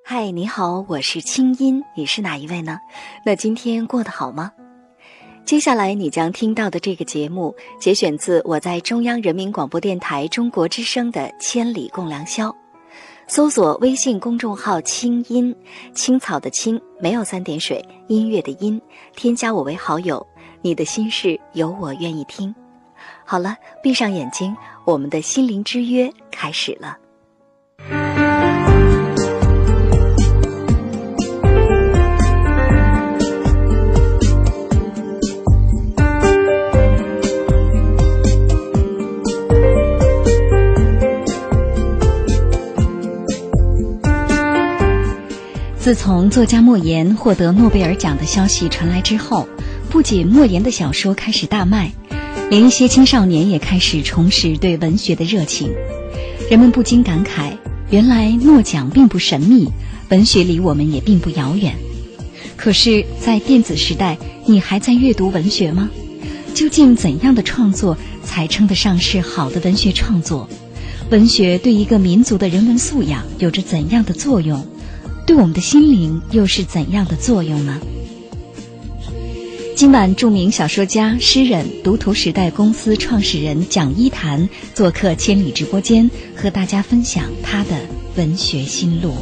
嗨，你好，我是清音，你是哪一位呢？那今天过得好吗？接下来你将听到的这个节目节选自我在中央人民广播电台中国之声的《千里共良宵》，搜索微信公众号清音，青草的青，没有三点水，音乐的音，添加我为好友，你的心事有我愿意听。好了，闭上眼睛，我们的心灵之约开始了。自从作家莫言获得诺贝尔奖的消息传来之后，不仅莫言的小说开始大卖，连一些青少年也开始重拾对文学的热情。人们不禁感慨，原来诺奖并不神秘，文学离我们也并不遥远。可是在电子时代，你还在阅读文学吗？究竟怎样的创作才称得上是好的文学创作？文学对一个民族的人文素养有着怎样的作用？对我们的心灵又是怎样的作用呢？今晚著名小说家、诗人、读图时代公司创始人蒋一谈做客千里直播间，和大家分享他的文学心路。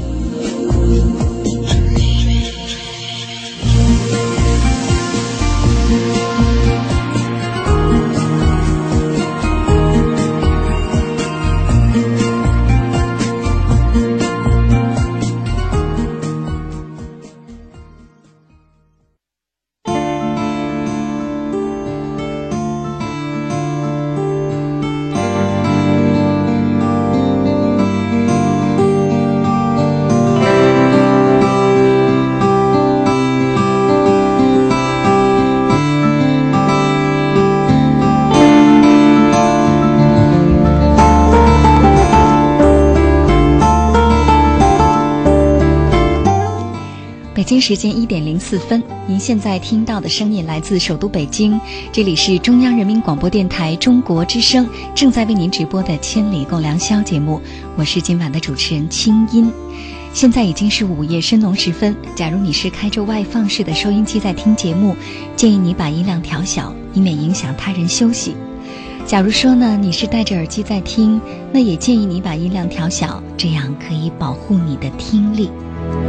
北京时间1点04分，您现在听到的声音来自首都北京，这里是中央人民广播电台中国之声正在为您直播的《千里共良宵》节目，我是今晚的主持人清音。现在已经是午夜深浓时分，假如你是开着外放式的收音机在听节目，建议你把音量调小，以免影响他人休息。假如说呢，你是戴着耳机在听，那也建议你把音量调小，这样可以保护你的听力。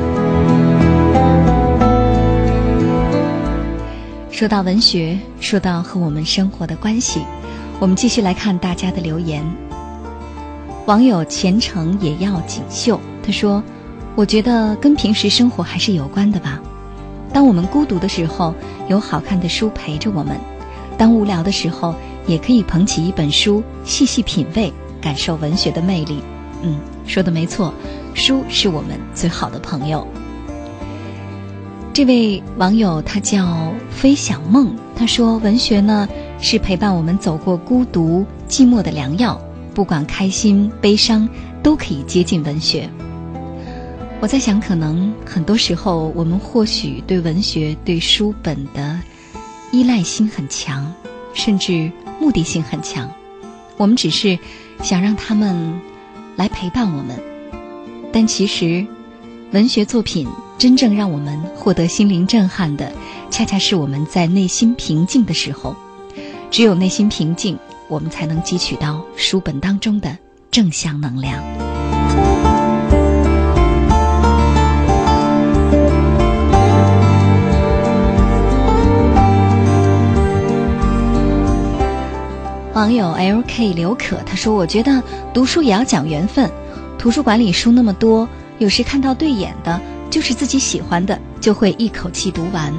说到文学，说到和我们生活的关系，我们继续来看大家的留言。网友前程也要锦绣，他说，我觉得跟平时生活还是有关的吧。当我们孤独的时候，有好看的书陪着我们，当无聊的时候，也可以捧起一本书细细品味，感受文学的魅力。说得没错，书是我们最好的朋友。这位网友他叫飞想梦，他说，文学呢是陪伴我们走过孤独寂寞的良药，不管开心悲伤都可以接近文学。我在想，可能很多时候我们或许对文学对书本的依赖性很强，甚至目的性很强，我们只是想让他们来陪伴我们，但其实文学作品真正让我们获得心灵震撼的，恰恰是我们在内心平静的时候。只有内心平静，我们才能汲取到书本当中的正向能量。网友 LK 刘可他说，我觉得读书也要讲缘分，图书馆里书那么多，有时看到对眼的就是自己喜欢的，就会一口气读完。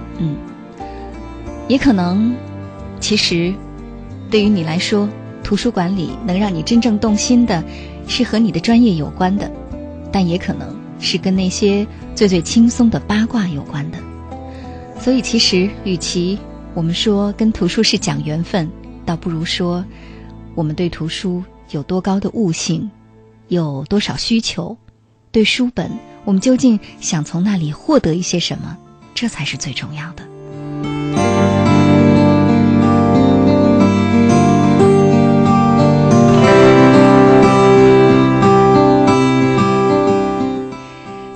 也可能其实对于你来说，图书馆里能让你真正动心的是和你的专业有关的，但也可能是跟那些最最轻松的八卦有关的。所以其实与其我们说跟图书是讲缘分，倒不如说我们对图书有多高的悟性，有多少需求，对书本我们究竟想从那里获得一些什么，这才是最重要的。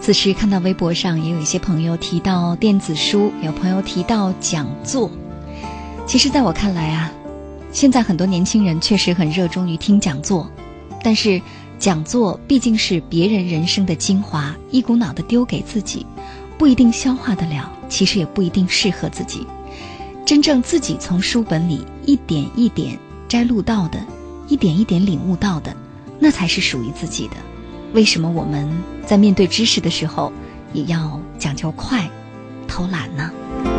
此时看到微博上也有一些朋友提到电子书，有朋友提到讲座。其实在我看来啊，现在很多年轻人确实很热衷于听讲座，但是讲座毕竟是别人人生的精华，一股脑的丢给自己，不一定消化得了，其实也不一定适合自己。真正自己从书本里一点一点摘录到的，一点一点领悟到的，那才是属于自己的。为什么我们在面对知识的时候也要讲究快、偷懒呢？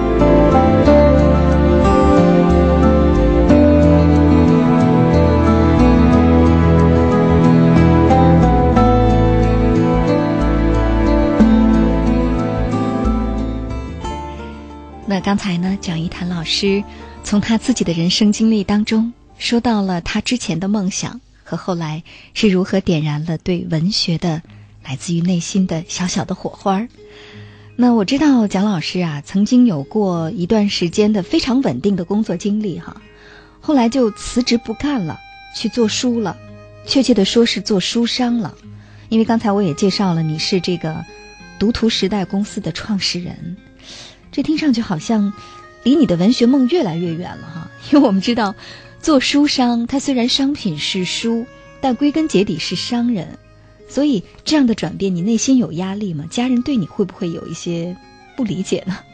那刚才呢，蒋一谭老师从他自己的人生经历当中说到了他之前的梦想和后来是如何点燃了对文学的来自于内心的小小的火花。那我知道蒋老师啊，曾经有过一段时间的非常稳定的工作经历哈，后来就辞职不干了，去做书了，确切的说是做书商了。因为刚才我也介绍了，你是这个读图时代公司的创始人，这听上去好像离你的文学梦越来越远了哈。因为我们知道做书商，它虽然商品是书，但归根结底是商人，所以这样的转变你内心有压力吗？家人对你会不会有一些不理解呢？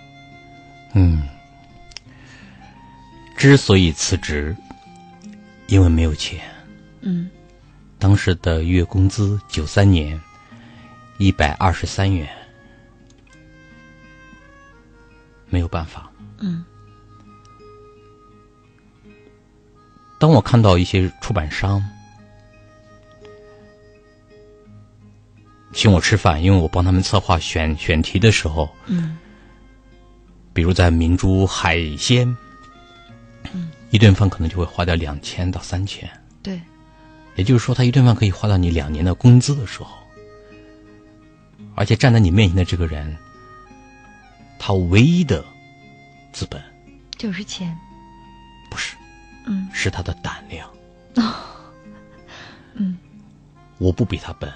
之所以辞职，因为没有钱。当时的月工资93年123元，没有办法。当我看到一些出版商请我吃饭，因为我帮他们策划选题的时候，比如在明珠海鲜，一顿饭可能就会花掉2000到3000。 对， 也就是说他一顿饭可以花到你2年的工资的时候，而且站在你面前的这个人，他唯一的资本就是钱。 不是，是他的胆量。我不比他笨，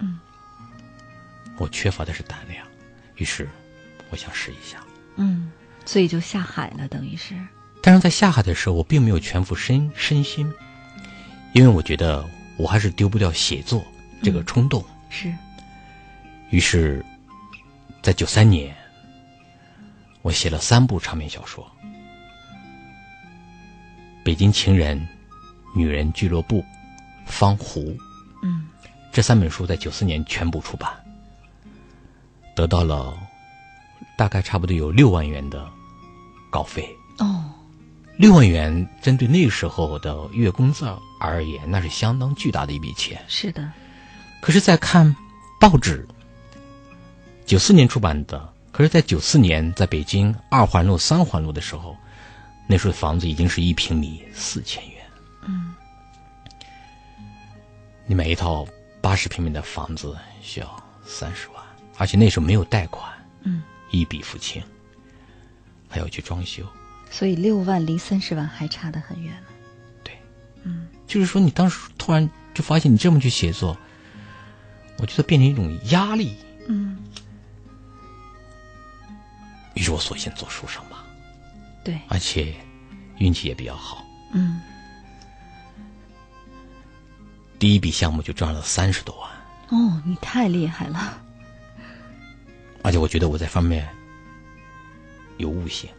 我缺乏的是胆量，于是我想试一下。 所以就下海了，等于是。 但是在下海的时候，我并没有全副身心，因为我觉得我还是丢不掉写作这个冲动。 是。 于是在93年我写了3部长篇小说，北京情人、女人俱乐部、方湖。这3本书在94年全部出版，得到了大概差不多有6万元的稿费。6万元针对那个时候的月工资而言，那是相当巨大的一笔钱。 是的。 可是在看报纸，94年出版的，可是在94年在北京2环路3环路的时候，那时候的房子已经是1平米4000元。你买一套80平米的房子需要30万，而且那时候没有贷款，一笔付清，还要去装修。 所以6万离30万还差得很远呢。 对，就是说你当时突然就发现你这么去写作，我觉得变成一种压力。于是我索性做书商吧。 对， 而且运气也比较好。第一笔项目就赚了30多万。 你太厉害了。 而且我觉得我在方面有悟性。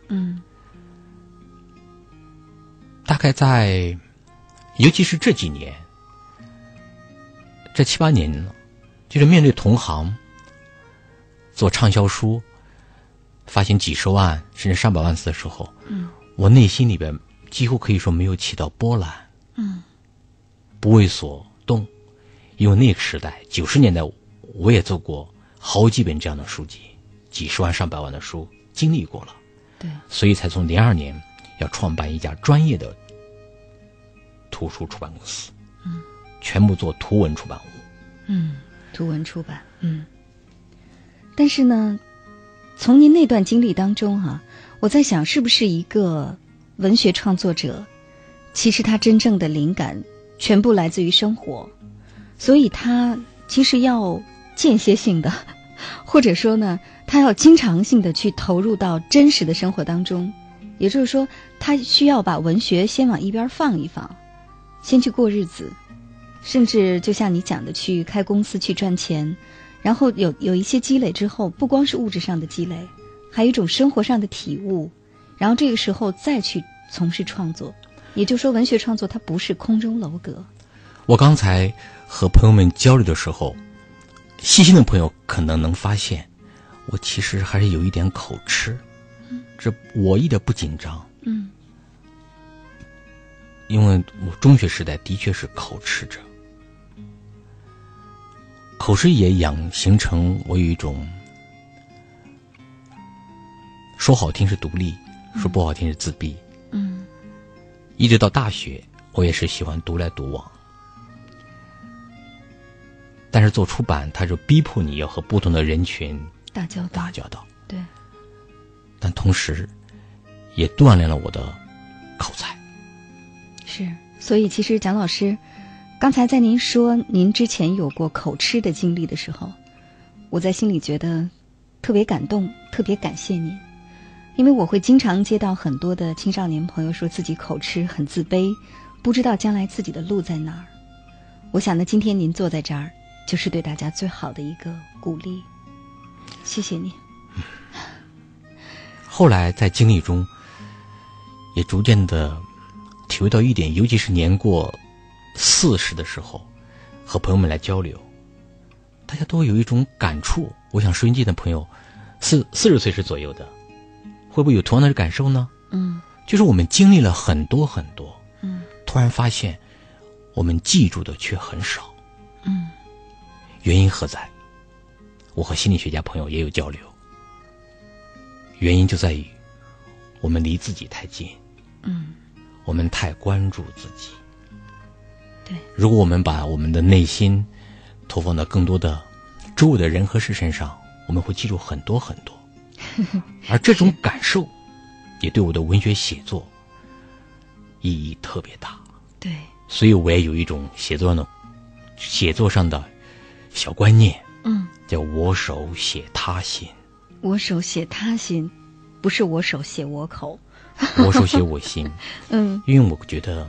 大概在，尤其是这几年，这7、8年了，就是面对同行做畅销书，发行几十万甚至上百万字的时候，我内心里边几乎可以说没有起到波澜，不为所动，因为那个时代90年代我也做过好几本这样的书籍，几十万上百万的书经历过了。 对， 所以才从02年要创办一家专业的图书出版公司，全部做图文出版物。 图文出版。但是呢，从您那段经历当中我在想，是不是一个文学创作者，其实他真正的灵感全部来自于生活，所以他其实要间歇性的或者说呢，他要经常性的去投入到真实的生活当中，也就是说，他需要把文学先往一边放一放，先去过日子，甚至就像你讲的，去开公司去赚钱，然后有一些积累之后，不光是物质上的积累，还有一种生活上的体悟，然后这个时候再去从事创作。也就是说，文学创作它不是空中楼阁。 我刚才和朋友们交流的时候，细心的朋友可能能发现，我其实还是有一点口吃。这我一点不紧张。因为我中学时代的确是口吃者，口吃也形成我有一种说好听是独立，说不好听是自闭。一直到大学，我也是喜欢独来独往。但是做出版，它就逼迫你要和不同的人群打交道。 对。 但同时，也锻炼了我的口才。 是，所以其实蒋老师，刚才在您说您之前有过口吃的经历的时候，我在心里觉得特别感动，特别感谢您。因为我会经常接到很多的青少年朋友说自己口吃很自卑，不知道将来自己的路在哪儿。我想呢，今天您坐在这儿，就是对大家最好的一个鼓励。谢谢你。 后来在经历中，也逐渐的体会到一点，尤其是年过40的时候，和朋友们来交流，大家都有一种感触。我想收音机的朋友，40岁是左右的，会不会有同样的感受呢？就是我们经历了很多很多，突然发现我们记住的却很少。原因何在？我和心理学家朋友也有交流，原因就在于我们离自己太近，我们太关注自己。 对， 如果我们把我们的内心投放到更多的周围的人和事身上，我们会记住很多很多。而这种感受也对我的文学写作意义特别大。 对， 所以我也有一种写作上的小观念，叫我手写他心。 我手写他心，不是我手写我口。 我手写我心。因为我觉得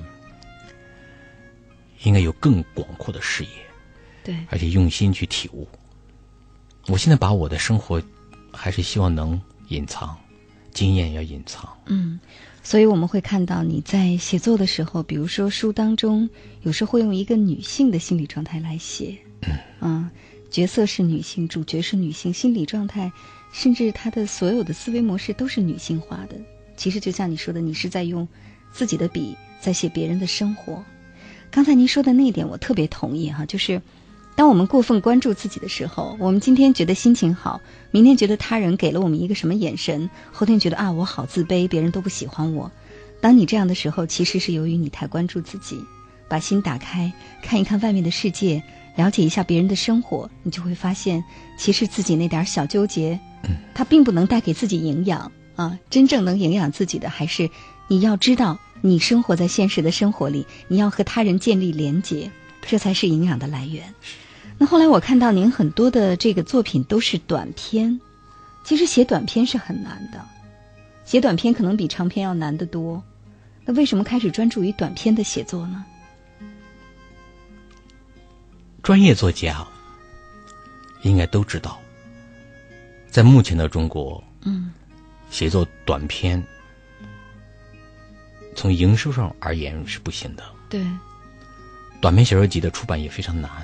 应该有更广阔的视野， 对， 而且用心去体悟。我现在把我的生活还是希望能隐藏，经验要隐藏。 所以我们会看到你在写作的时候，比如说书当中有时候会用一个女性的心理状态来写，角色是女性，主角是女性，心理状态甚至她的所有的思维模式都是女性化的。其实就像你说的，你是在用自己的笔在写别人的生活。刚才您说的那一点我特别同意哈，就是当我们过分关注自己的时候，我们今天觉得心情好，明天觉得他人给了我们一个什么眼神，后天觉得我好自卑，别人都不喜欢我。当你这样的时候，其实是由于你太关注自己，把心打开，看一看外面的世界，了解一下别人的生活，你就会发现其实自己那点小纠结，它并不能带给自己营养啊。真正能营养自己的，还是你要知道你生活在现实的生活里，你要和他人建立连结，这才是营养的来源。那后来我看到您很多的这个作品都是短篇，其实写短篇是很难的，写短篇可能比长篇要难得多。那为什么开始专注于短篇的写作呢？ 专业作家应该都知道，在目前的中国，写作短篇从营收上而言是不行的。 对， 短篇小说集的出版也非常难。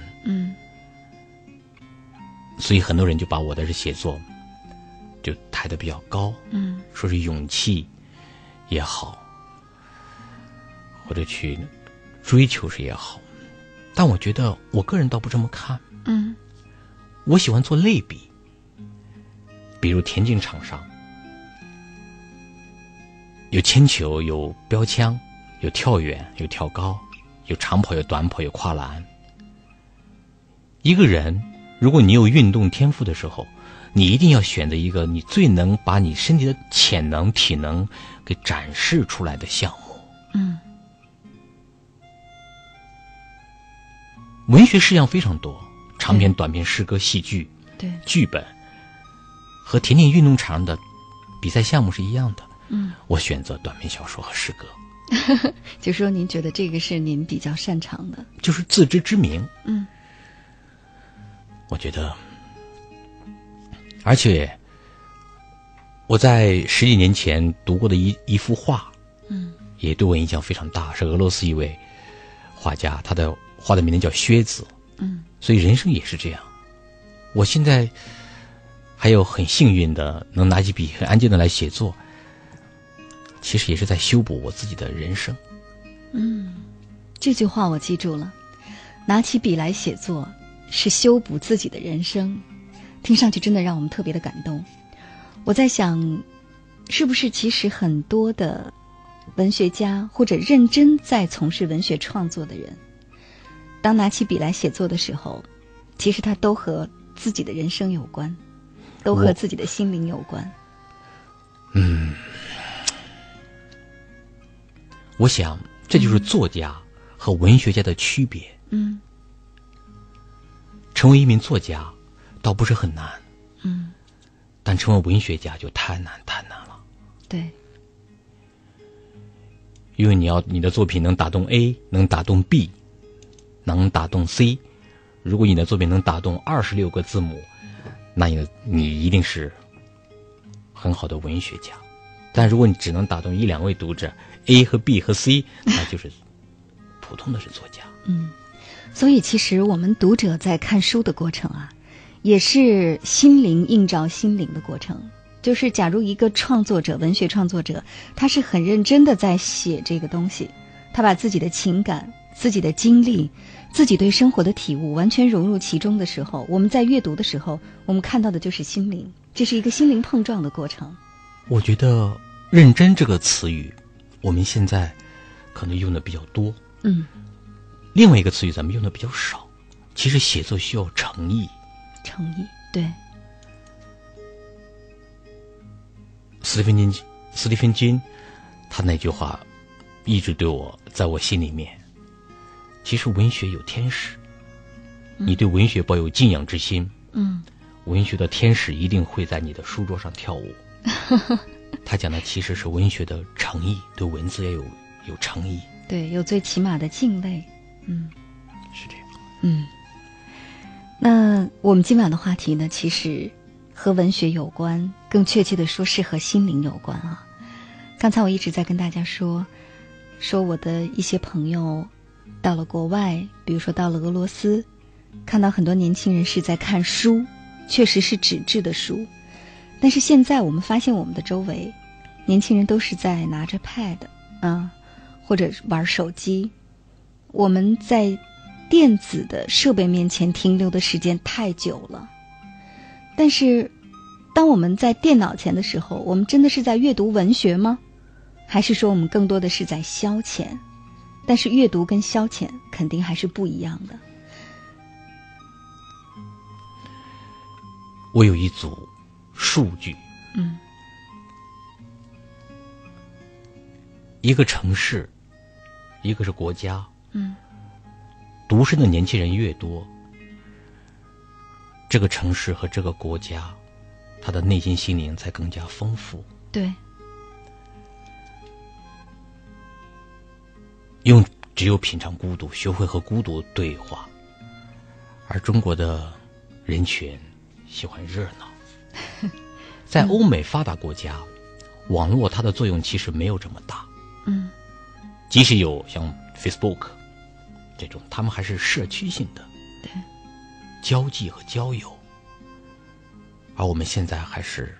所以很多人就把我的写作就抬得比较高，说是勇气也好，或者去追求是也好，但我觉得我个人倒不这么看。我喜欢做类比，比如田径场上有铅球，有标枪，有跳远，有跳高，有长跑，有短跑，有跨栏。一个人如果你有运动天赋的时候，你一定要选择一个你最能把你身体的潜能体能给展示出来的项目。文学式样非常多，长篇短篇诗歌戏剧， 对， 剧本， 和田径运动场的比赛项目是一样的。我选择短篇小说和诗歌。 就说您觉得这个是您比较擅长的， 就是自知之明。我觉得，而且我在10几年前读过的一幅画，也对我影响非常大，是俄罗斯一位画家，他的画的名字叫靴子。所以人生也是这样。我现在还有很幸运的能拿起笔很安静的来写作，其实也是在修补我自己的人生。 这句话我记住了，拿起笔来写作是修补自己的人生，听上去真的让我们特别的感动。我在想，是不是其实很多的文学家或者认真在从事文学创作的人，当拿起笔来写作的时候，其实他都和自己的人生有关，都和自己的心灵有关。 我想这就是作家和文学家的区别。成为一名作家倒不是很难，但成为文学家就太难了。 对， 因为你的作品能打动 A， 能打动 B， 能打动 C。如果你的作品能打动26个字母，那你一定是很好的文学家。但如果你只能打动1、2位读者 A 和 B 和 C， 那就是普通的是作家。 所以其实我们读者在看书的过程啊，也是心灵映照心灵的过程。就是假如一个创作者，文学创作者，他是很认真的在写这个东西，他把自己的情感、自己的经历、自己对生活的体悟完全融入其中的时候，我们在阅读的时候，我们看到的就是心灵，这是一个心灵碰撞的过程。 我觉得认真这个词语我们现在可能用的比较多，另外一个词语咱们用的比较少。其实写作需要诚意。 对。 斯蒂芬金他那句话一直在我心里面。其实文学有天使，你对文学抱有敬仰之心，文学的天使一定会在你的书桌上跳舞。他讲的其实是文学的诚意，对文字要有诚意， 对，有最起码的敬畏。 是这样。 那我们今晚的话题呢，其实和文学有关，更确切的说是和心灵有关啊。刚才我一直在跟大家说我的一些朋友到了国外，比如说到了俄罗斯，看到很多年轻人是在看书，确实是纸质的书。但是现在我们发现我们的周围年轻人都是在拿着 pad 或者玩手机。我们在电子的设备面前停留的时间太久了。但是当我们在电脑前的时候，我们真的是在阅读文学吗？还是说我们更多的是在消遣？但是阅读跟消遣肯定还是不一样的。 我有一组数据，一个城市，一个是国家，独身的年轻人越多，这个城市和这个国家，他的内心心灵才更加丰富。 对， 只有品尝孤独，学会和孤独对话。而中国的人群喜欢热闹。在欧美发达国家，网络它的作用其实没有这么大。即使有像 Facebook 这种，他们还是社区性的， 对， 交际和交友。而我们现在还是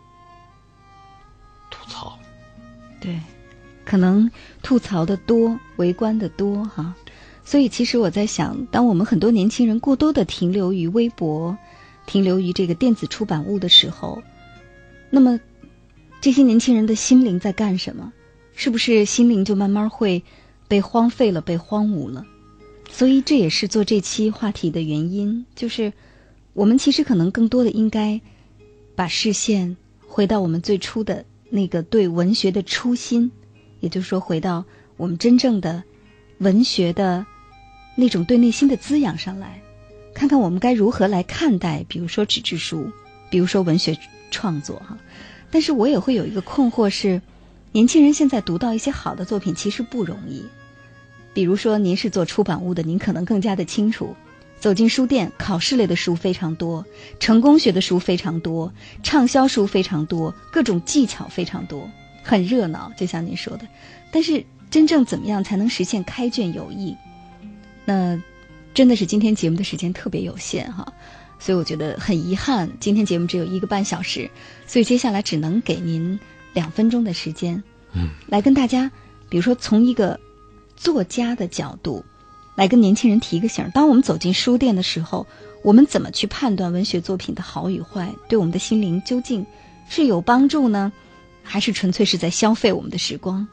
吐槽。 对，可能吐槽的多，围观的多哈。所以其实我在想，当我们很多年轻人过多的停留于微博，停留于这个电子出版物的时候，那么这些年轻人的心灵在干什么？是不是心灵就慢慢会被荒废了，被荒芜了？所以这也是做这期话题的原因，就是我们其实可能更多的应该把视线回到我们最初的那个对文学的初心，也就是说回到我们真正的文学的那种对内心的滋养上来，看看我们该如何来看待比如说纸质书， 比如说文学创作哈。但是我也会有一个困惑是，年轻人现在读到一些好的作品其实不容易。比如说您是做出版物的，您可能更加的清楚，走进书店，考试类的书非常多，成功学的书非常多，畅销书非常多，各种技巧非常多，很热闹，就像您说的。但是真正怎么样才能实现开卷有益，那真的是今天节目的时间特别有限哈，所以我觉得很遗憾，今天节目只有1个半小时，所以接下来只能给您2分钟的时间，来跟大家，比如说从一个作家的角度来跟年轻人提个醒。当我们走进书店的时候，我们怎么去判断文学作品的好与坏，对我们的心灵究竟是有帮助呢，还是纯粹是在消费我们的时光？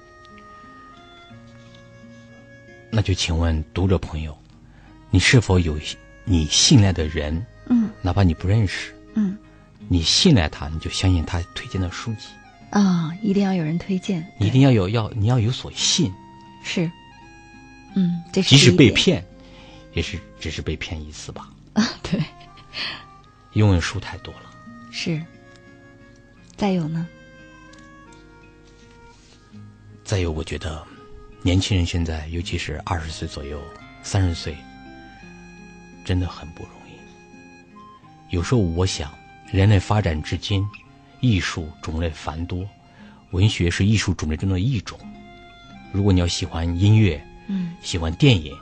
那就请问读者朋友，你是否有你信赖的人，哪怕你不认识，你信赖他，你就相信他推荐的书籍啊，一定要有人推荐， 一定要你要有所信， 是，这是即使被骗，也是只是被骗一次吧。 对， 因为书太多了。 是。再有呢？ 再有，我觉得年轻人现在，尤其是20岁左右、30岁，真的很不容易。有时候我想，人类发展至今，艺术种类繁多，文学是艺术种类中的一种。如果你要喜欢音乐，喜欢电影，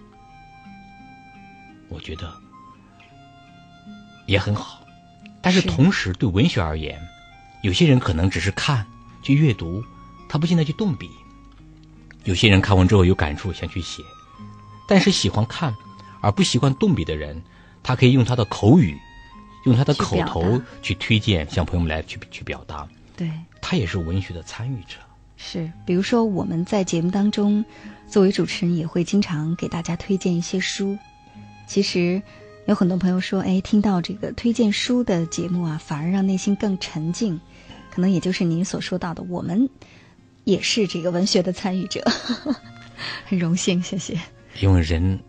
我觉得也很好。但是同时对文学而言，有些人可能只是看去阅读，他不见得去动笔。有些人看完之后有感触想去写，但是喜欢看而不习惯动笔的人，他可以用他的口语，用他的口头去推荐，向朋友们来去表达。 对， 他也是文学的参与者。 是，比如说我们在节目当中作为主持人也会经常给大家推荐一些书。其实有很多朋友说，听到这个推荐书的节目啊，反而让内心更沉静，可能也就是您所说到的，我们也是这个文学的参与者。很荣幸，谢谢。 因为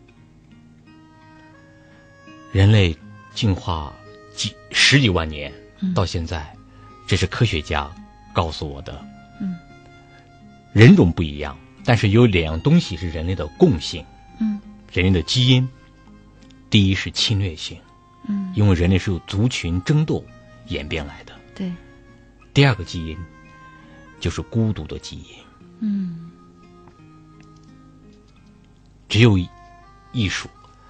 人类进化十几万年到现在，这是科学家告诉我的。人种不一样，但是有2样东西是人类的共性。人类的基因，第一是侵略性，因为人类是由族群争斗演变来的。 对。 第2个基因就是孤独的基因。只有艺术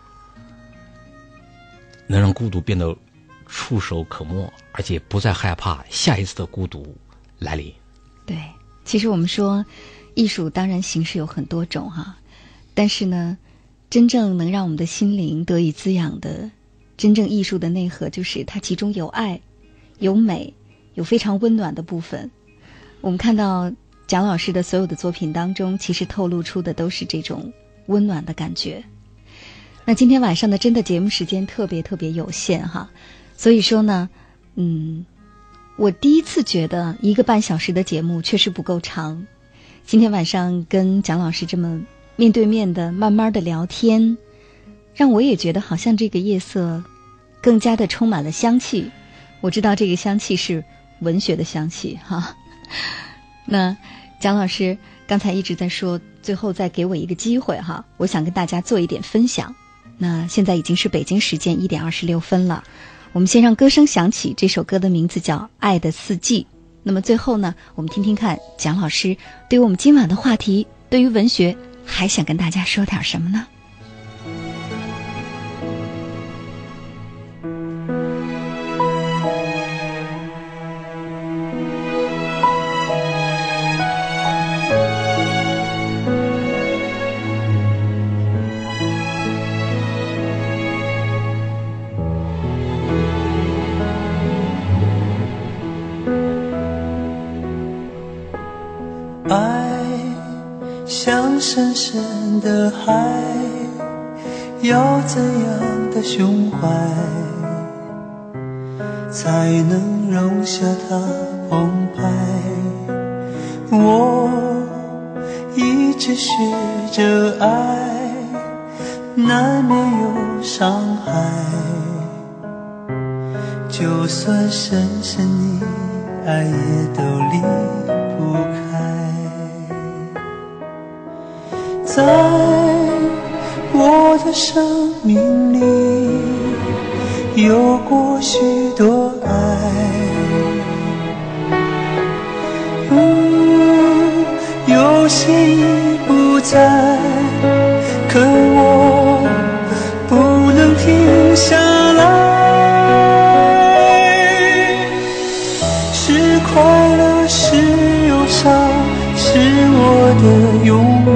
能让孤独变得触手可摸，而且不再害怕下一次的孤独来临。 对，其实我们说艺术当然形式有很多种哈，但是呢，真正能让我们的心灵得以滋养的，真正艺术的内核就是它其中有爱、有美、有非常温暖的部分。我们看到蒋老师的所有的作品当中，其实透露出的都是这种温暖的感觉。那今天晚上的真的节目时间特别特别有限哈，所以说呢，我第一次觉得1个半小时的节目确实不够长。今天晚上跟蒋老师这么面对面的慢慢的聊天，让我也觉得好像这个夜色更加的充满了香气。我知道这个香气是文学的香气哈。那蒋老师刚才一直在说，最后再给我一个机会哈，我想跟大家做一点分享。那现在已经是北京时间1点26分了，我们先让歌声响起，这首歌的名字叫《爱的四季》。那么最后呢，我们听听看蒋老师对于我们今晚的话题，对于文学还想跟大家说点什么呢？ 像深深的海，要怎样的胸怀才能容下它澎湃？我一直学着爱，难免有伤害， 就算深深你爱也都离不开。在我的生命里有过许多爱，有些已不在，可我不能停下来。是快乐，是忧伤，是我的永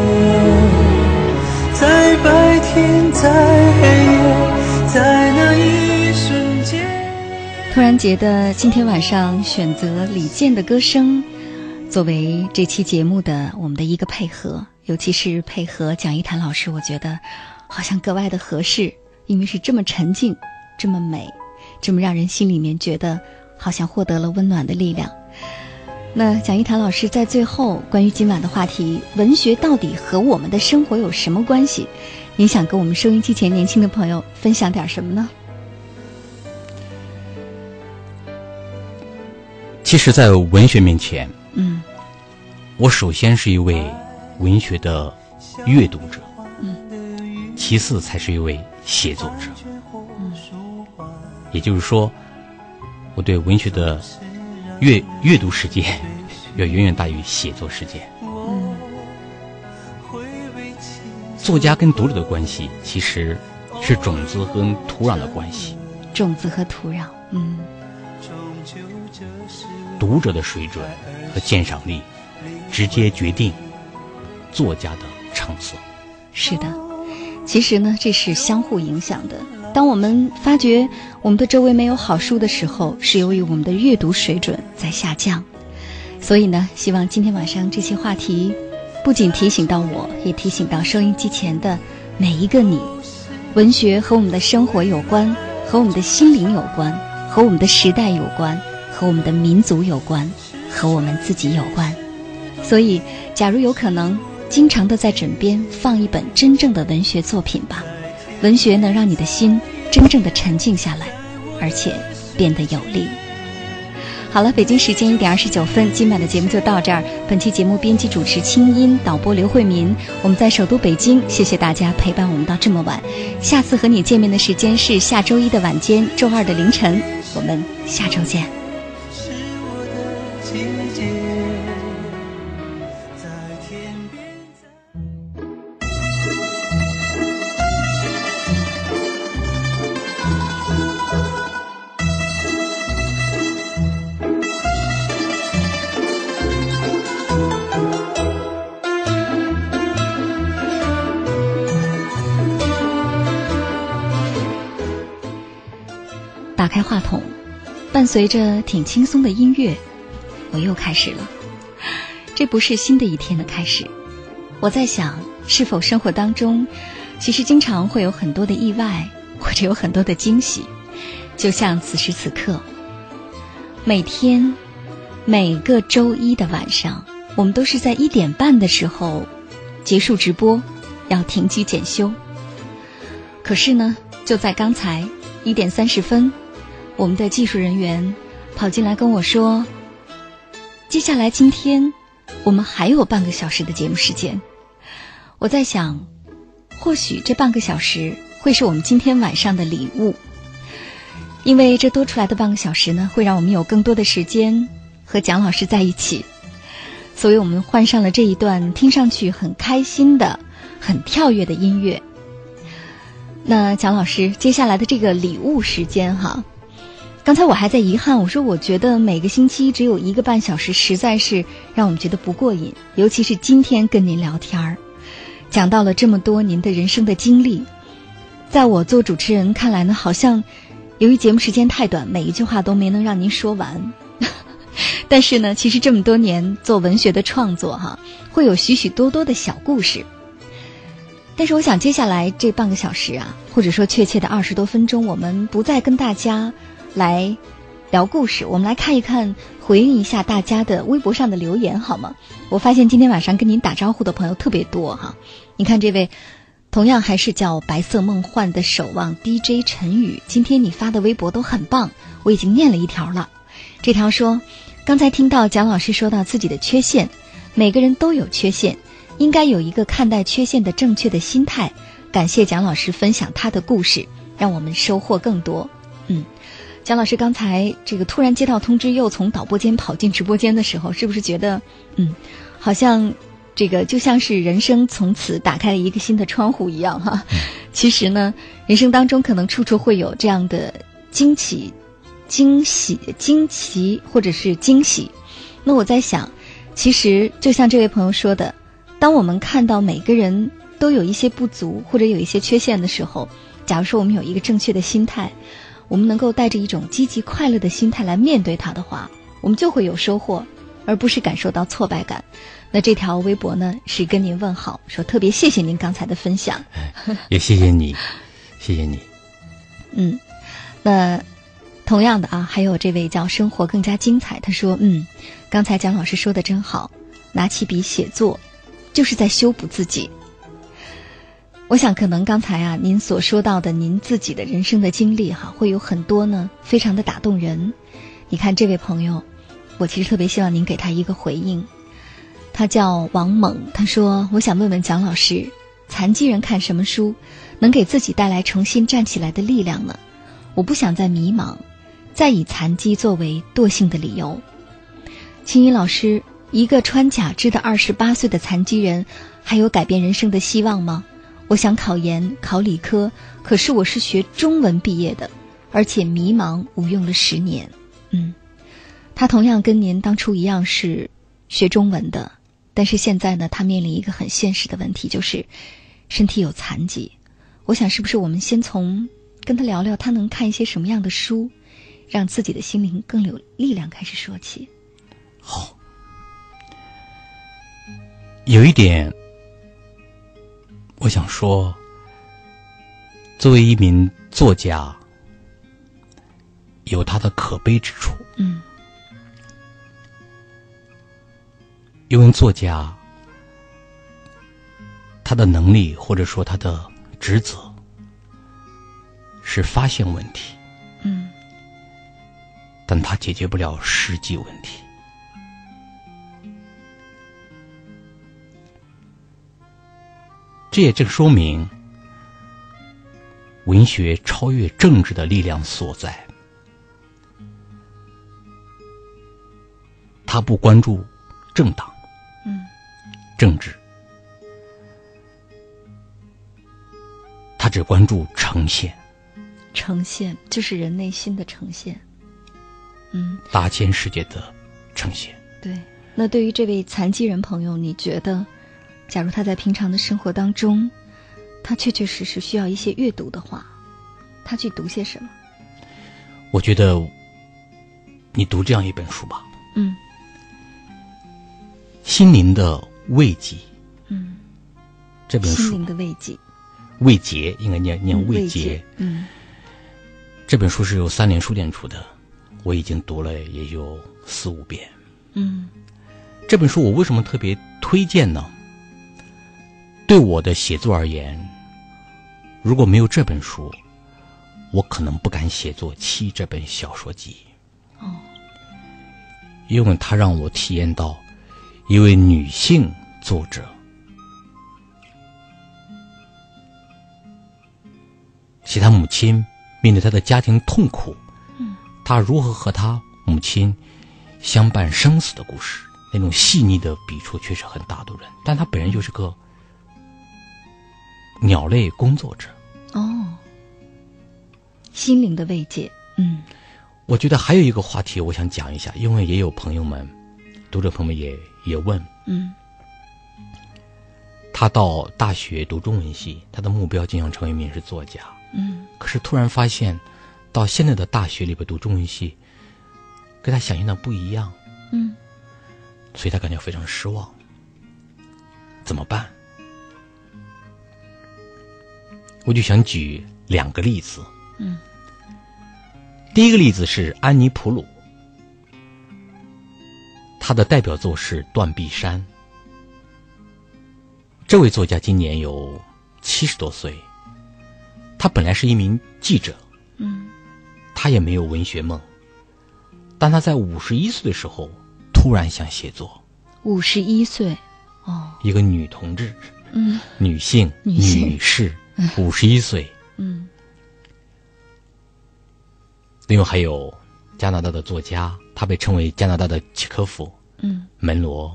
远，在白天，在黑夜，在那一瞬间。 突然觉得今天晚上选择李健的歌声作为这期节目的我们的一个配合，尤其是配合蒋一谭老师，我觉得好像格外的合适，因为是这么沉静，这么美，这么让人心里面觉得好像获得了温暖的力量。那蒋一谭老师在最后关于今晚的话题，文学到底和我们的生活有什么关系？您想跟我们收音机前年轻的朋友分享点什么呢？ 其实在文学面前，我首先是一位文学的阅读者，其次才是一位写作者，也就是说，我对文学的阅读时间要远远大于写作时间。作家跟读者的关系其实是种子跟土壤的关系， 种子和土壤， 读者的水准和鉴赏力直接决定作家的成色。 是的，其实呢，这是相互影响的。当我们发觉我们的周围没有好书的时候，是由于我们的阅读水准在下降。所以呢，希望今天晚上这些话题不仅提醒到我，也提醒到收音机前的每一个你。文学和我们的生活有关，和我们的心灵有关，和我们的时代有关，和我们的民族有关，和我们自己有关。所以假如有可能，经常的在枕边放一本真正的文学作品吧。文学能让你的心真正的沉静下来，而且变得有力。好了，北京时间1点29分，今晚的节目就到这儿。本期节目编辑主持清音，导播刘慧民。我们在首都北京，谢谢大家陪伴我们到这么晚。下次和你见面的时间是下周一的晚间，周二的凌晨。我们下周见。 是我的季节，在天边， 打开话筒，伴随着挺轻松的音乐，我又开始了。这不是新的一天的开始。我在想，是否生活当中其实经常会有很多的意外，或者有很多的惊喜。就像此时此刻，每天每个周一的晚上，我们都是在1点半的时候结束直播，要停机检修。可是呢，就在刚才1点30分，我们的技术人员跑进来跟我说，接下来今天我们还有半个小时的节目时间。我在想，或许这半个小时会是我们今天晚上的礼物，因为这多出来的半个小时呢，会让我们有更多的时间和蒋老师在一起。所以我们换上了这一段听上去很开心的、很跳跃的音乐。那蒋老师，接下来的这个礼物时间哈，刚才我还在遗憾，我说我觉得每个星期只有1个半小时，实在是让我们觉得不过瘾。尤其是今天跟您聊天，讲到了这么多您的人生的经历，在我做主持人看来呢，好像由于节目时间太短，每一句话都没能让您说完。但是呢，其实这么多年做文学的创作哈，会有许许多多的小故事。但是我想接下来这半个小时啊，或者说确切的20多分钟，我们不再跟大家来聊故事，我们来看一看，回应一下大家的微博上的留言好吗？我发现今天晚上跟您打招呼的朋友特别多哈。你看这位同样还是叫白色梦幻的守望 DJ 陈宇，今天你发的微博都很棒， 我已经念了一条了。这条说，刚才听到蒋老师说到自己的缺陷，每个人都有缺陷，应该有一个看待缺陷的正确的心态。感谢蒋老师分享他的故事，让我们收获更多。蒋老师刚才这个突然接到通知，又从导播间跑进直播间的时候，是不是觉得好像这个就像是人生从此打开了一个新的窗户一样哈？其实呢，人生当中可能处处会有这样的惊奇或者是惊喜。那我在想，其实就像这位朋友说的，当我们看到每个人都有一些不足或者有一些缺陷的时候，假如说我们有一个正确的心态，我们能够带着一种积极快乐的心态来面对它的话，我们就会有收获，而不是感受到挫败感。那这条微博呢，是跟您问好，说特别谢谢您刚才的分享。 也谢谢你，谢谢你。 那同样的啊，还有这位叫生活更加精彩，他说刚才蒋老师说的真好，拿起笔写作就是在修补自己。我想可能刚才啊您所说到的您自己的人生的经历会有很多呢非常的打动人。你看这位朋友，我其实特别希望您给他一个回应。他叫王猛，他说，我想问问蒋老师，残疾人看什么书能给自己带来重新站起来的力量呢？我不想再迷茫，再以残疾作为惰性的理由。青衣老师，一个穿假肢的28岁的残疾人还有改变人生的希望吗？我想考研考理科，可是我是学中文毕业的，而且迷茫无用了10年。他同样跟您当初一样是学中文的，但是现在呢，他面临一个很现实的问题，就是身体有残疾。我想是不是我们先从跟他聊聊他能看一些什么样的书，让自己的心灵更有力量开始说起。 好，有一点我想说，作为一名作家，有他的可悲之处。因为作家他的能力或者说他的职责是发现问题，但他解决不了实际问题。这也正说明文学超越政治的力量所在。他不关注政党政治，他只关注呈现就是人内心的呈现，大千世界的呈现。 对，那对于这位残疾人朋友，你觉得假如他在平常的生活当中，他确确实实需要一些阅读的话，他去读些什么？ 我觉得你读这样一本书吧，心灵的慰藉。这本书心灵的慰藉， 慰藉应该念慰藉。这本书是由3联书店出的，我已经读了也有4、5遍。这本书我为什么特别推荐呢？对我的写作而言，如果没有这本书，我可能不敢写作《7》这本小说集。因为它让我体验到一位女性作者写她母亲面对她的家庭痛苦，她如何和她母亲相伴生死的故事，那种细腻的笔触确实很打动人。但她本人就是个鸟类工作者。 心灵的慰藉。 我觉得还有一个话题我想讲一下，因为也有朋友们读者朋友们也问，他到大学读中文系，他的目标就想成为名士作家，可是突然发现到现在的大学里边读中文系跟他想象的不一样，所以他感觉非常失望，怎么办？我就想举2个例子。第一个例子是安妮普鲁，他的代表作是《断臂山》。这位作家今年有70多岁，他本来是一名记者，他也没有文学梦， 但他在51岁的时候突然想写作。 51岁，哦， 一个女同志，女性，女士，51岁，另外还有加拿大的作家，他被称为加拿大的契科夫，门罗，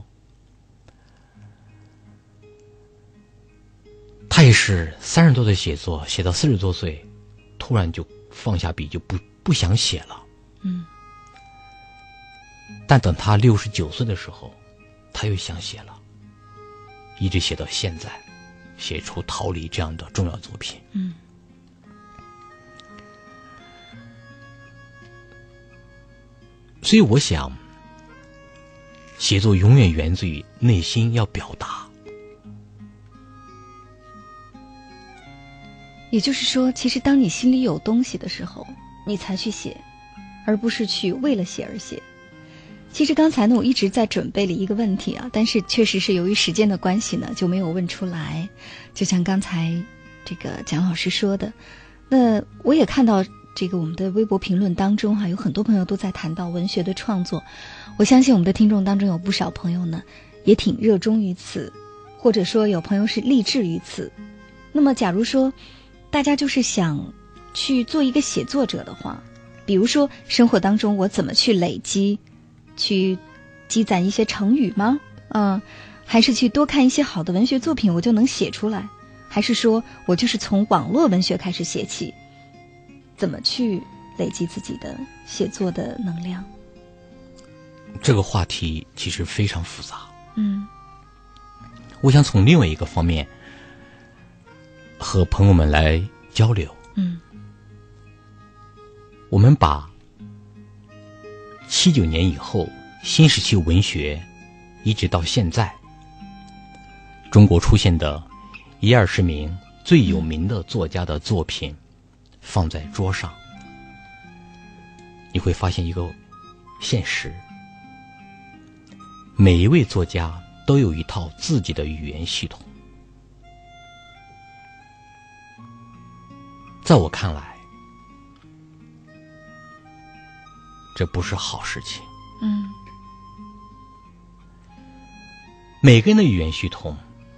他也是30多岁写作，写到40多岁，突然就放下笔，就不想写了。但等他69岁的时候，他又想写了，一直写到现在，写出《逃离》这样的重要作品。所以我想，写作永远源自于内心要表达。 也就是说，其实当你心里有东西的时候，你才去写，而不是去为了写而写。其实刚才呢，我一直在准备了一个问题啊，但是确实是由于时间的关系呢，就没有问出来。就像刚才这个蒋老师说的，那我也看到这个我们的微博评论当中有很多朋友都在谈到文学的创作。我相信我们的听众当中有不少朋友呢，也挺热衷于此，或者说有朋友是立志于此。那么假如说大家就是想去做一个写作者的话，比如说生活当中我怎么去累积，去积攒一些成语吗？还是去多看一些好的文学作品我就能写出来？还是说我就是从网络文学开始写起？怎么去累积自己的写作的能量？ 这个话题其实非常复杂。我想从另外一个方面和朋友们来交流。我们把79年以后新时期文学一直到现在中国出现的1-20名最有名的作家的作品放在桌上，你会发现一个现实，每一位作家都有一套自己的语言系统。在我看来，这不是好事情。每个人的语言系统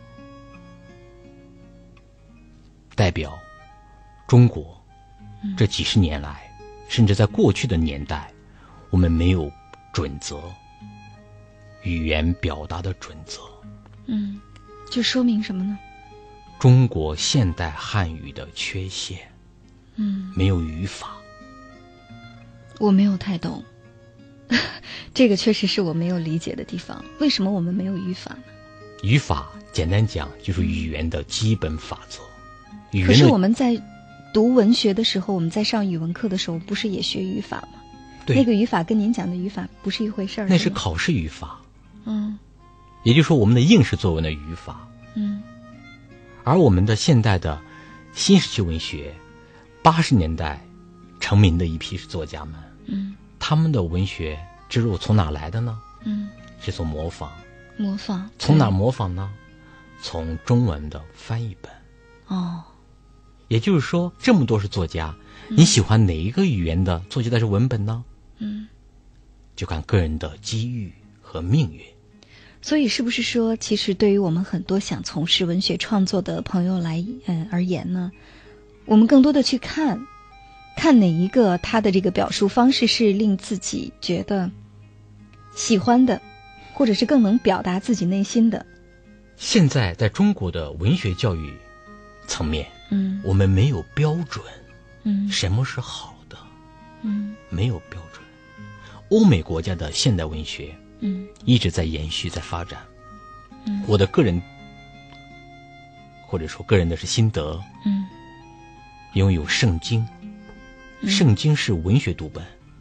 代表中国这几十年来，甚至在过去的年代，我们没有准则，语言表达的准则。 就说明什么呢？ 中国现代汉语的缺陷。没有语法。 我没有太懂这个确实是我没有理解的地方。为什么我们没有语法呢？ 语法简单讲就是语言的基本法则。 可是我们在读文学的时候，我们在上语文课的时候不是也学语法吗？ 对， 那个语法跟您讲的语法不是一回事儿。 那是考试语法。也就是说我们的应试作文的语法。而我们的现代的新时期文学，80年代成名的一批作家们，他们的文学之路从哪来的呢？是从模仿。从哪模仿呢？从中文的翻译本。也就是说，这么多是作家，你喜欢哪一个语言的作家的是文本呢？就看个人的机遇和命运。 所以是不是说，其实对于我们很多想从事文学创作的朋友而言呢，我们更多的去看哪一个他的这个表述方式是令自己觉得喜欢的，或者是更能表达自己内心的。 现在在中国的文学教育层面，我们没有标准，什么是好的，没有标准。欧美国家的现代文学，一直在延续，在发展。我的个人或者说个人的是心得，拥有圣经，圣经是文学读本。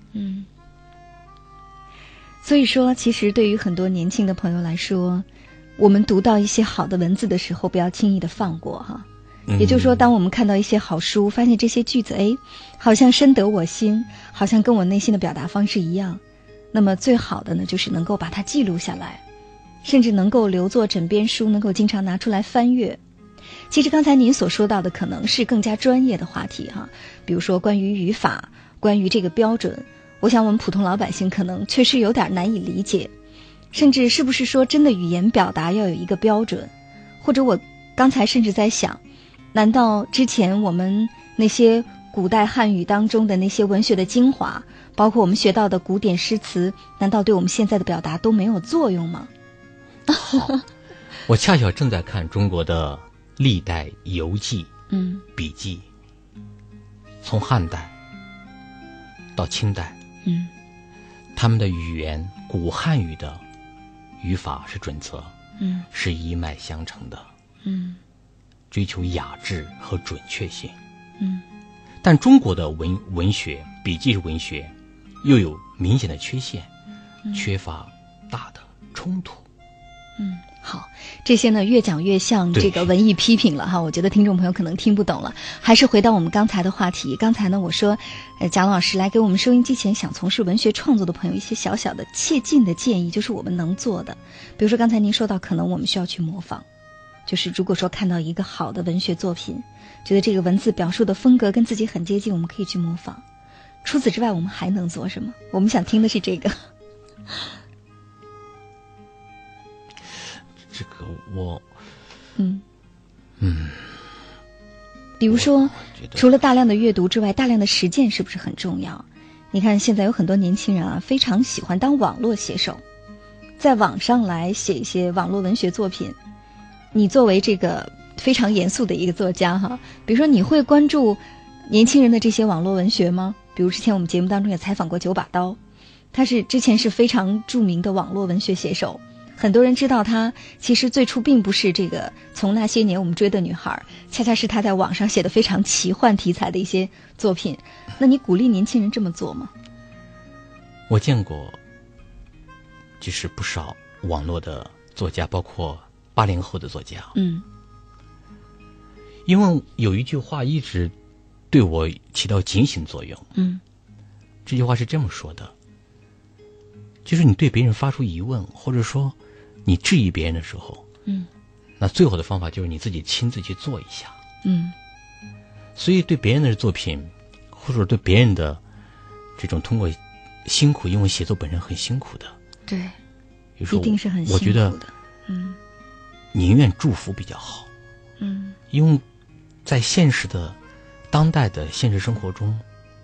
所以说，其实对于很多年轻的朋友来说，我们读到一些好的文字的时候，不要轻易的放过哈。也就是说，当我们看到一些好书，发现这些句子，好像深得我心，好像跟我内心的表达方式一样，那么最好的呢，就是能够把它记录下来，甚至能够留作枕边书，能够经常拿出来翻阅。其实刚才您所说到的可能是更加专业的话题哈，比如说关于语法，关于这个标准， 我想我们普通老百姓可能确实有点难以理解，甚至是不是说真的语言表达要有一个标准，或者我刚才甚至在想，难道之前我们那些古代汉语当中的那些文学的精华，包括我们学到的古典诗词，难道对我们现在的表达都没有作用吗？ 好，我恰巧正在看中国的历代游记、笔记，从汉代到清代，他们的语言，古汉语的语法是准则，是一脉相承的，追求雅致和准确性，但中国的文学，笔记文学，又有明显的缺陷，缺乏大的冲突。 好，这些呢越讲越像这个文艺批评了哈，我觉得听众朋友可能听不懂了。还是回到我们刚才的话题，刚才呢我说，蒋老师来给我们收音机前想从事文学创作的朋友一些小小的切近的建议，就是我们能做的。比如说刚才您说到，可能我们需要去模仿，就是如果说看到一个好的文学作品，觉得这个文字表述的风格跟自己很接近，我们可以去模仿。除此之外，我们还能做什么？我们想听的是这个。 这个我， 比如说，除了大量的阅读之外，大量的实践是不是很重要？你看，现在有很多年轻人啊，非常喜欢当网络写手，在网上来写一些网络文学作品。你作为这个非常严肃的一个作家哈，比如说你会关注年轻人的这些网络文学吗？比如之前我们节目当中也采访过九把刀，他是之前是非常著名的网络文学写手。很多人知道他其实最初并不是这个从那些年我们追的女孩，恰恰是他在网上写的非常奇幻题材的一些作品。那你鼓励年轻人这么做吗？ 我见过就是不少网络的作家，包括80后的作家，因为有一句话一直对我起到警醒作用，这句话是这么说的，就是你对别人发出疑问，或者说你质疑别人的时候，那最好的方法就是你自己亲自去做一下，所以对别人的作品，或者对别人的这种通过辛苦，因为写作本身很辛苦的， 对，一定是很辛苦的。 我觉得，宁愿祝福比较好，因为在现实的当代的现实生活中，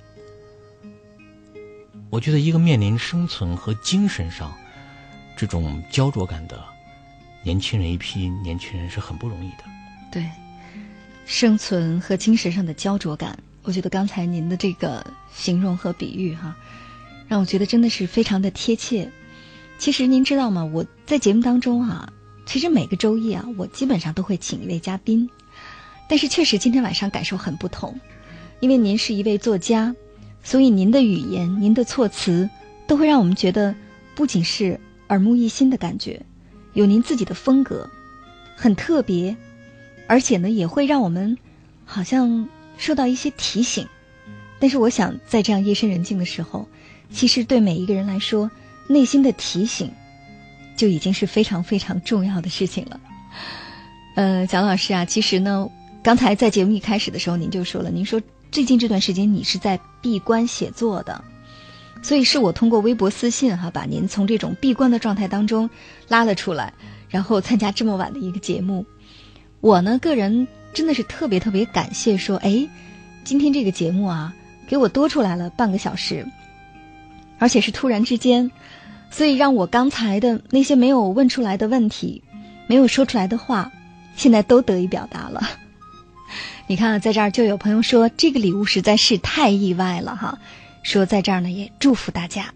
我觉得一个面临生存和精神上这种焦灼感的一批年轻人是很不容易的。 对，生存和精神上的焦灼感，我觉得刚才您的这个形容和比喻哈，让我觉得真的是非常的贴切。其实您知道吗，我在节目当中啊，其实每个周一啊，我基本上都会请一位嘉宾，但是确实今天晚上感受很不同，因为您是一位作家，所以您的语言，您的措辞都会让我们觉得不仅是耳目一新的感觉，有您自己的风格，很特别，而且呢也会让我们好像受到一些提醒。但是我想在这样夜深人静的时候，其实对每一个人来说，内心的提醒就已经是非常非常重要的事情了。蒋老师啊，其实呢刚才在节目一开始的时候您就说了，您说最近这段时间你是在闭关写作的，所以是我通过微博私信把您从这种闭关的状态当中拉了出来，然后参加这么晚的一个节目。我呢个人真的是特别特别感谢说，今天这个节目啊给我多出来了半个小时，而且是突然之间，所以让我刚才的那些没有问出来的问题，没有说出来的话，现在都得以表达了。你看在这儿就有朋友说这个礼物实在是太意外了哈，说在这儿呢也祝福大家。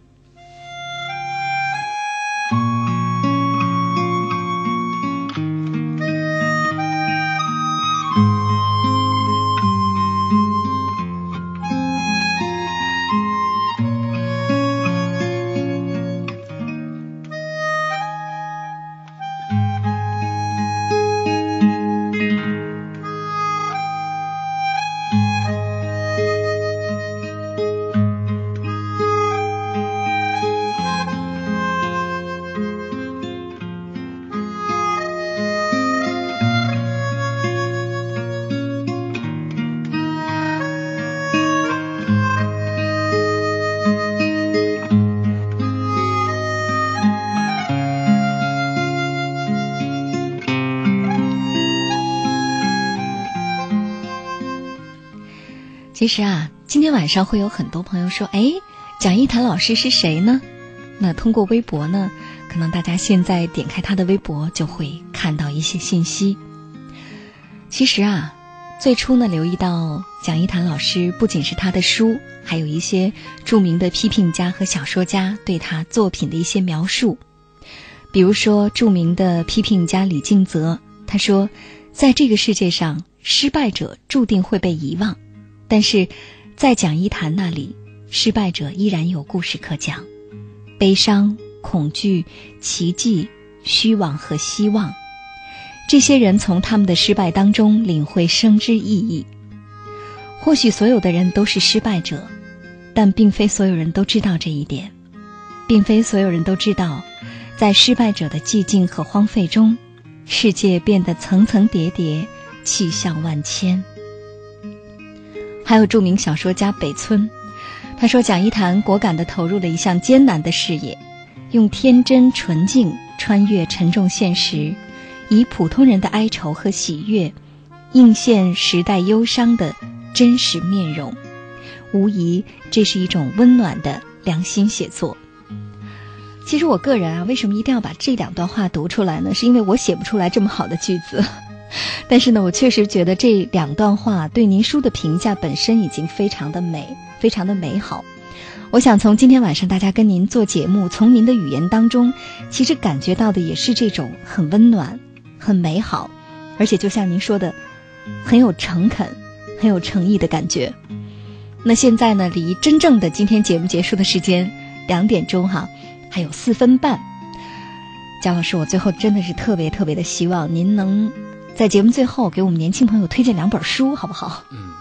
其实啊，今天晚上会有很多朋友说，蒋一谈老师是谁呢？那通过微博呢，可能大家现在点开他的微博就会看到一些信息。其实啊，最初呢，留意到蒋一谈老师不仅是他的书，还有一些著名的批评家和小说家对他作品的一些描述。比如说著名的批评家李敬则，他说，在这个世界上，失败者注定会被遗忘，但是在蒋一谈那里，失败者依然有故事可讲。悲伤、恐惧、奇迹、虚妄和希望，这些人从他们的失败当中领会生之意义。或许所有的人都是失败者，但并非所有人都知道这一点，并非所有人都知道，在失败者的寂静和荒废中，世界变得层层叠叠，气象万千。还有著名小说家北村，他说蒋一谈果敢地投入了一项艰难的事业，用天真纯净穿越沉重现实，以普通人的哀愁和喜悦映现时代忧伤的真实面容。无疑这是一种温暖的良心写作。其实我个人啊，为什么一定要把这2段话读出来呢？是因为我写不出来这么好的句子，但是呢，我确实觉得这2段话对您书的评价本身已经非常的美，非常的美好。我想从今天晚上大家跟您做节目，从您的语言当中，其实感觉到的也是这种很温暖、很美好，而且就像您说的，很有诚恳、很有诚意的感觉。那现在呢，离真正的今天节目结束的时间2点钟哈，还有4分半。蒋老师，我最后真的是特别特别的希望您能在节目最后给我们年轻朋友推荐2本书，好不好？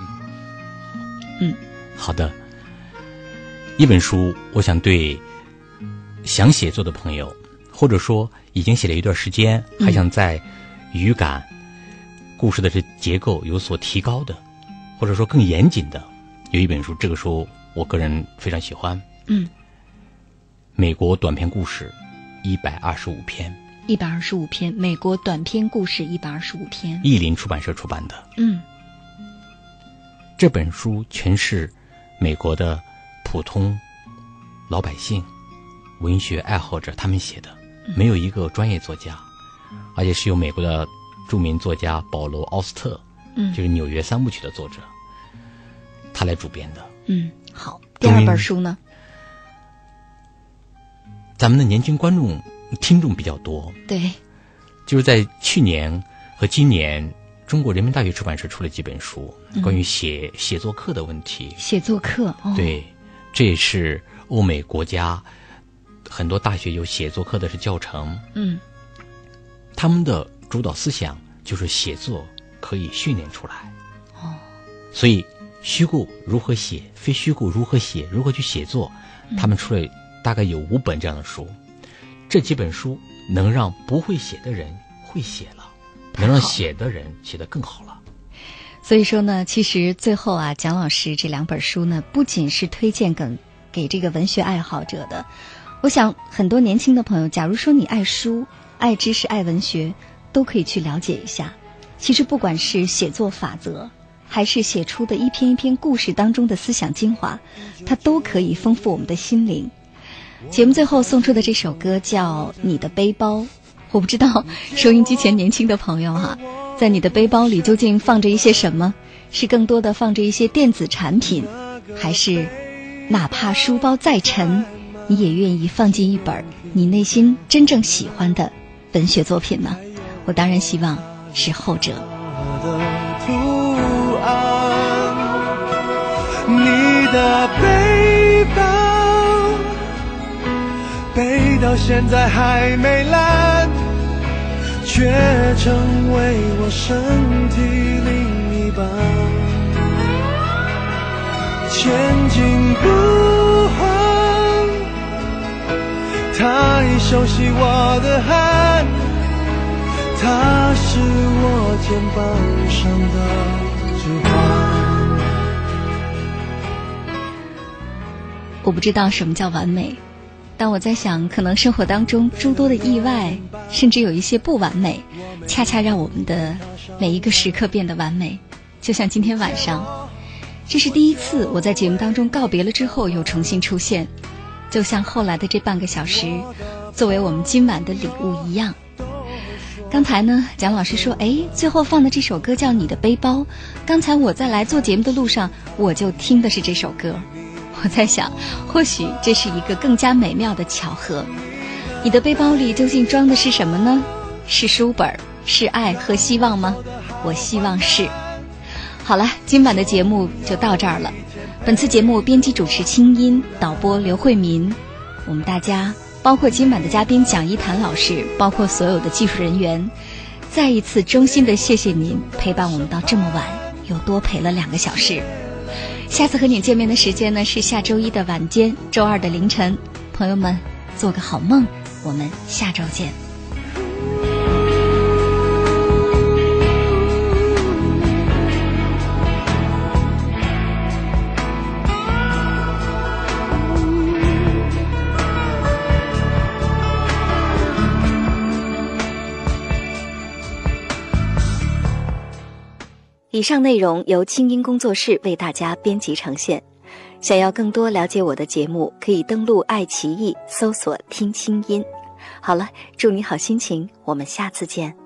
好的。一本书，我想对想写作的朋友，或者说已经写了一段时间，还想在语感、故事的这结构有所提高的，或者说更严谨的，有一本书，这个书我个人非常喜欢。美国短篇故事125篇。 125篇，美国短篇故事125篇， 译林出版社出版的。这本书全是美国的普通老百姓、文学爱好者他们写的，没有一个专业作家，而且是由美国的著名作家保罗·奥斯特，就是《纽约3部曲》的作者，他来主编的。 好，第2本书呢？ 咱们的年轻观众、听众比较多， 对， 就是在去年和今年，中国人民大学出版社出了几本书，关于写作课的问题。写作课，对，这也是欧美国家很多大学有写作课的是教程。他们的主导思想就是写作可以训练出来。所以虚构如何写，非虚构如何写，如何去写作，他们出了大概有5本这样的书。这几本书能让不会写的人会写了，能让写的人写得更好了。 所以说呢，其实最后啊，蒋老师这2本书呢，不仅是推荐给这个文学爱好者的，我想很多年轻的朋友，假如说你爱书、爱知识、爱文学，都可以去了解一下。其实不管是写作法则，还是写出的一篇一篇故事当中的思想精华，它都可以丰富我们的心灵。节目最后送出的这首歌叫《你的背包》，我不知道收音机前年轻的朋友哈，在你的背包里究竟放着一些什么？是更多的放着一些电子产品，还是哪怕书包再沉，你也愿意放进一本你内心真正喜欢的文学作品呢？我当然希望是后者。 你的背包背到现在还没烂，却成为我身体另一半，前进不慌，它已熟悉我的汗，它是我肩膀上的指环。 我不知道什么叫完美，但我在想，可能生活当中诸多的意外，甚至有一些不完美，恰恰让我们的每一个时刻变得完美。就像今天晚上， 这是第一次我在节目当中告别了之后又重新出现，就像后来的这半个小时作为我们今晚的礼物一样。刚才呢，蒋老师说最后放的这首歌叫《你的背包》，刚才我在来做节目的路上我就听的是这首歌。我在想，或许这是一个更加美妙的巧合。你的背包里究竟装的是什么呢？是书本，是爱和希望吗？我希望是。好了，今晚的节目就到这儿了。本次节目编辑主持清音，导播刘慧民，我们大家包括今晚的嘉宾蒋一谭老师，包括所有的技术人员，再一次衷心的谢谢您陪伴我们到这么晚，又多陪了2个小时。下次和你见面的时间呢是下周一的晚间，周二的凌晨。朋友们，做个好梦，我们下周见。以上内容由清音工作室为大家编辑呈现。想要更多了解我的节目，可以登录爱奇艺搜索听清音。好了，祝你好心情，我们下次见。